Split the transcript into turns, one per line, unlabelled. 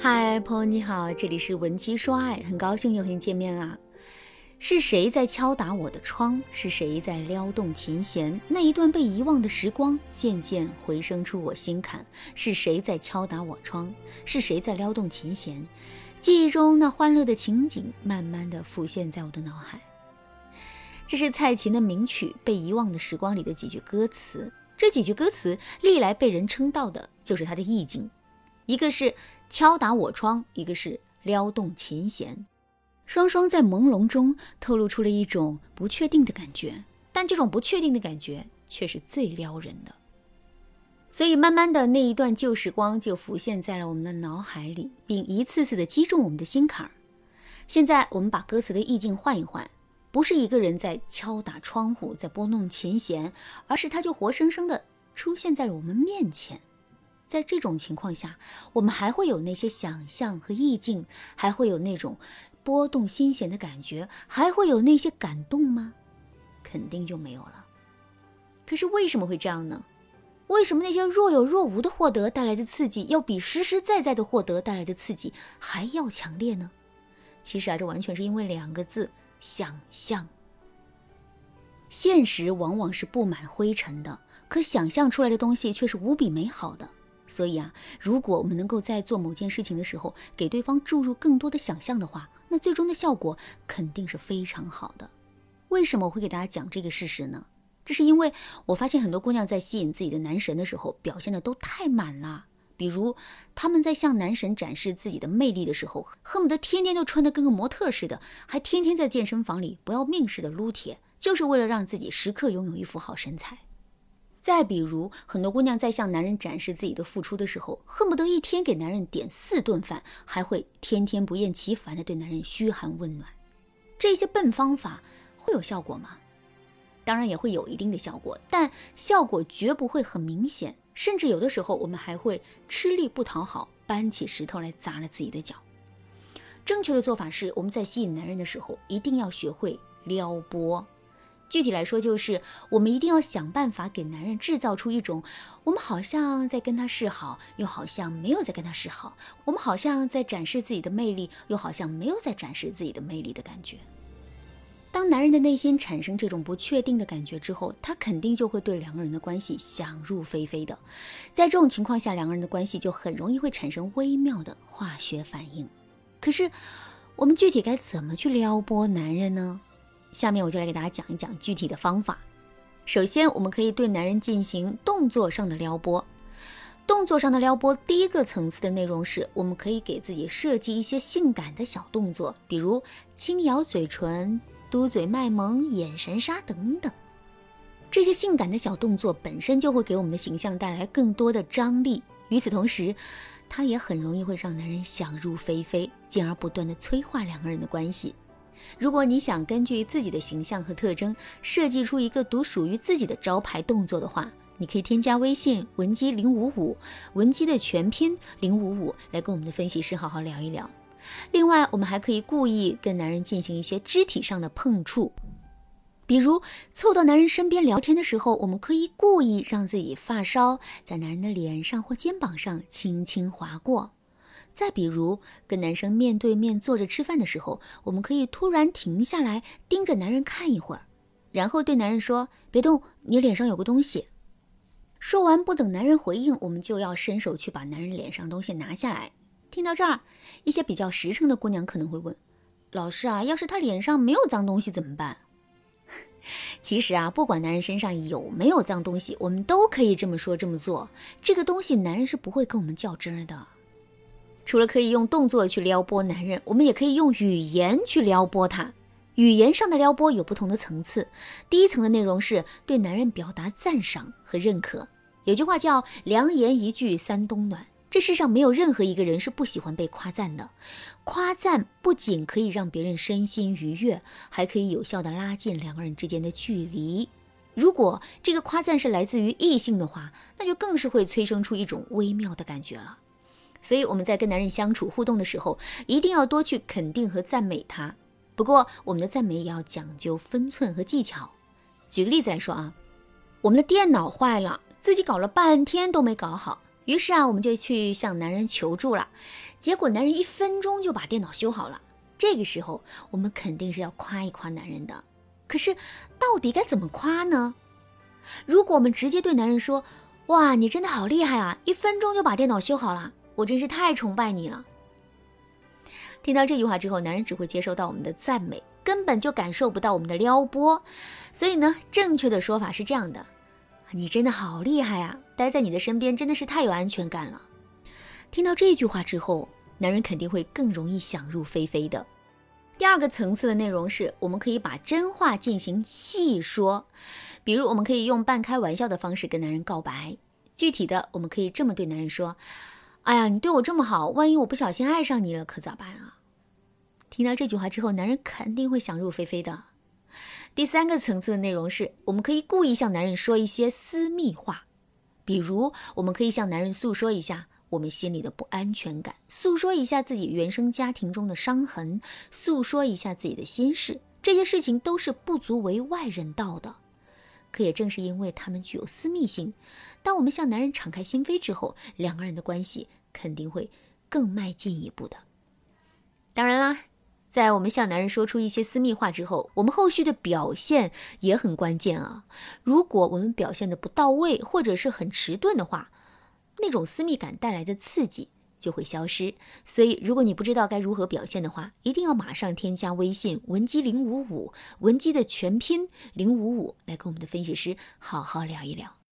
嗨，朋友你好，这里是文姬说爱，很高兴又和你见面啦。是谁在敲打我的窗？是谁在撩动琴弦？那一段被遗忘的时光渐渐回声出我心坎。是谁在敲打我窗？是谁在撩动琴弦？记忆中那欢乐的情景慢慢地浮现在我的脑海。这是蔡琴的名曲《被遗忘的时光》里的几句歌词。这几句歌词历来被人称道的就是它的意境，一个是敲打我窗，一个是撩动琴弦，双双在朦胧中透露出了一种不确定的感觉，但这种不确定的感觉却是最撩人的。所以慢慢的那一段旧时光就浮现在了我们的脑海里，并一次次的击中我们的心坎儿。现在我们把歌词的意境换一换，不是一个人在敲打窗户，在拨弄琴弦，而是它就活生生的出现在了我们面前。在这种情况下，我们还会有那些想象和意境，还会有那种拨动心弦的感觉，还会有那些感动吗？肯定就没有了。可是为什么会这样呢？为什么那些若有若无的获得带来的刺激，要比实实在在的获得带来的刺激还要强烈呢？其实这完全是因为两个字：想象。现实往往是布满灰尘的，可想象出来的东西却是无比美好的。所以如果我们能够在做某件事情的时候给对方注入更多的想象的话，那最终的效果肯定是非常好的。为什么我会给大家讲这个事实呢？这是因为我发现很多姑娘在吸引自己的男神的时候表现的都太满了。比如他们在向男神展示自己的魅力的时候，恨不得天天都穿得跟个模特似的，还天天在健身房里不要命似的撸铁，就是为了让自己时刻拥有一副好身材。再比如很多姑娘在向男人展示自己的付出的时候，恨不得一天给男人点4顿饭，还会天天不厌其烦地对男人嘘寒问暖。这些笨方法会有效果吗？当然也会有一定的效果，但效果绝不会很明显，甚至有的时候我们还会吃力不讨好，搬起石头来砸了自己的脚。正确的做法是，我们在吸引男人的时候一定要学会撩拨。具体来说就是我们一定要想办法给男人制造出一种我们好像在跟他示好，又好像没有在跟他示好，我们好像在展示自己的魅力，又好像没有在展示自己的魅力的感觉。当男人的内心产生这种不确定的感觉之后，他肯定就会对两个人的关系想入非非的。在这种情况下，两个人的关系就很容易会产生微妙的化学反应。可是我们具体该怎么去撩拨男人呢？下面我就来给大家讲一讲具体的方法。首先，我们可以对男人进行动作上的撩拨。动作上的撩拨，第一个层次的内容是，我们可以给自己设计一些性感的小动作，比如轻咬嘴唇、嘟嘴卖萌、眼神杀等等。这些性感的小动作本身就会给我们的形象带来更多的张力，与此同时，它也很容易会让男人想入非非，进而不断的催化两个人的关系。如果你想根据自己的形象和特征设计出一个独属于自己的招牌动作的话，你可以添加微信文姬055，文姬的全拼055，来跟我们的分析师好好聊一聊。另外，我们还可以故意跟男人进行一些肢体上的碰触，比如凑到男人身边聊天的时候，我们可以故意让自己发梢在男人的脸上或肩膀上轻轻划过。再比如跟男生面对面坐着吃饭的时候，我们可以突然停下来盯着男人看一会儿，然后对男人说，别动，你脸上有个东西。说完不等男人回应，我们就要伸手去把男人脸上东西拿下来。听到这儿，一些比较实诚的姑娘可能会问，老师要是他脸上没有脏东西怎么办？其实不管男人身上有没有脏东西，我们都可以这么说这么做，这个东西男人是不会跟我们较真的。除了可以用动作去撩拨男人，我们也可以用语言去撩拨他。语言上的撩拨有不同的层次，第一层的内容是对男人表达赞赏和认可。有句话叫良言一句三冬暖，这世上没有任何一个人是不喜欢被夸赞的。夸赞不仅可以让别人身心愉悦，还可以有效地拉近两个人之间的距离。如果这个夸赞是来自于异性的话，那就更是会催生出一种微妙的感觉了。所以我们在跟男人相处互动的时候，一定要多去肯定和赞美他。不过我们的赞美也要讲究分寸和技巧。举个例子来说我们的电脑坏了，自己搞了半天都没搞好，于是我们就去向男人求助了。 结果男人1分钟就把电脑修好了。这个时候我们肯定是要夸一夸男人的。可是到底该怎么夸呢？如果我们直接对男人说，哇，你真的好厉害啊，1分钟就把电脑修好了，我真是太崇拜你了。听到这句话之后，男人只会接收到我们的赞美，根本就感受不到我们的撩拨。所以呢，正确的说法是这样的，你真的好厉害啊，待在你的身边真的是太有安全感了。听到这句话之后，男人肯定会更容易想入非非的。第二个层次的内容是，我们可以把真话进行细说。比如我们可以用半开玩笑的方式跟男人告白。具体的，我们可以这么对男人说，哎呀，你对我这么好，万一我不小心爱上你了，可咋办啊？听到这句话之后，男人肯定会想入非非的。第三个层次的内容是，我们可以故意向男人说一些私密话。比如我们可以向男人诉说一下我们心里的不安全感，诉说一下自己原生家庭中的伤痕，诉说一下自己的心事。这些事情都是不足为外人道的，可也正是因为他们具有私密性，当我们向男人敞开心扉之后，两个人的关系肯定会更迈进一步的。当然啦，在我们向男人说出一些私密话之后，我们后续的表现也很关键啊。如果我们表现的不到位，或者是很迟钝的话，那种私密感带来的刺激就会消失。所以如果你不知道该如何表现的话，一定要马上添加微信文姬055，文姬的全拼055，来跟我们的分析师好好聊一聊。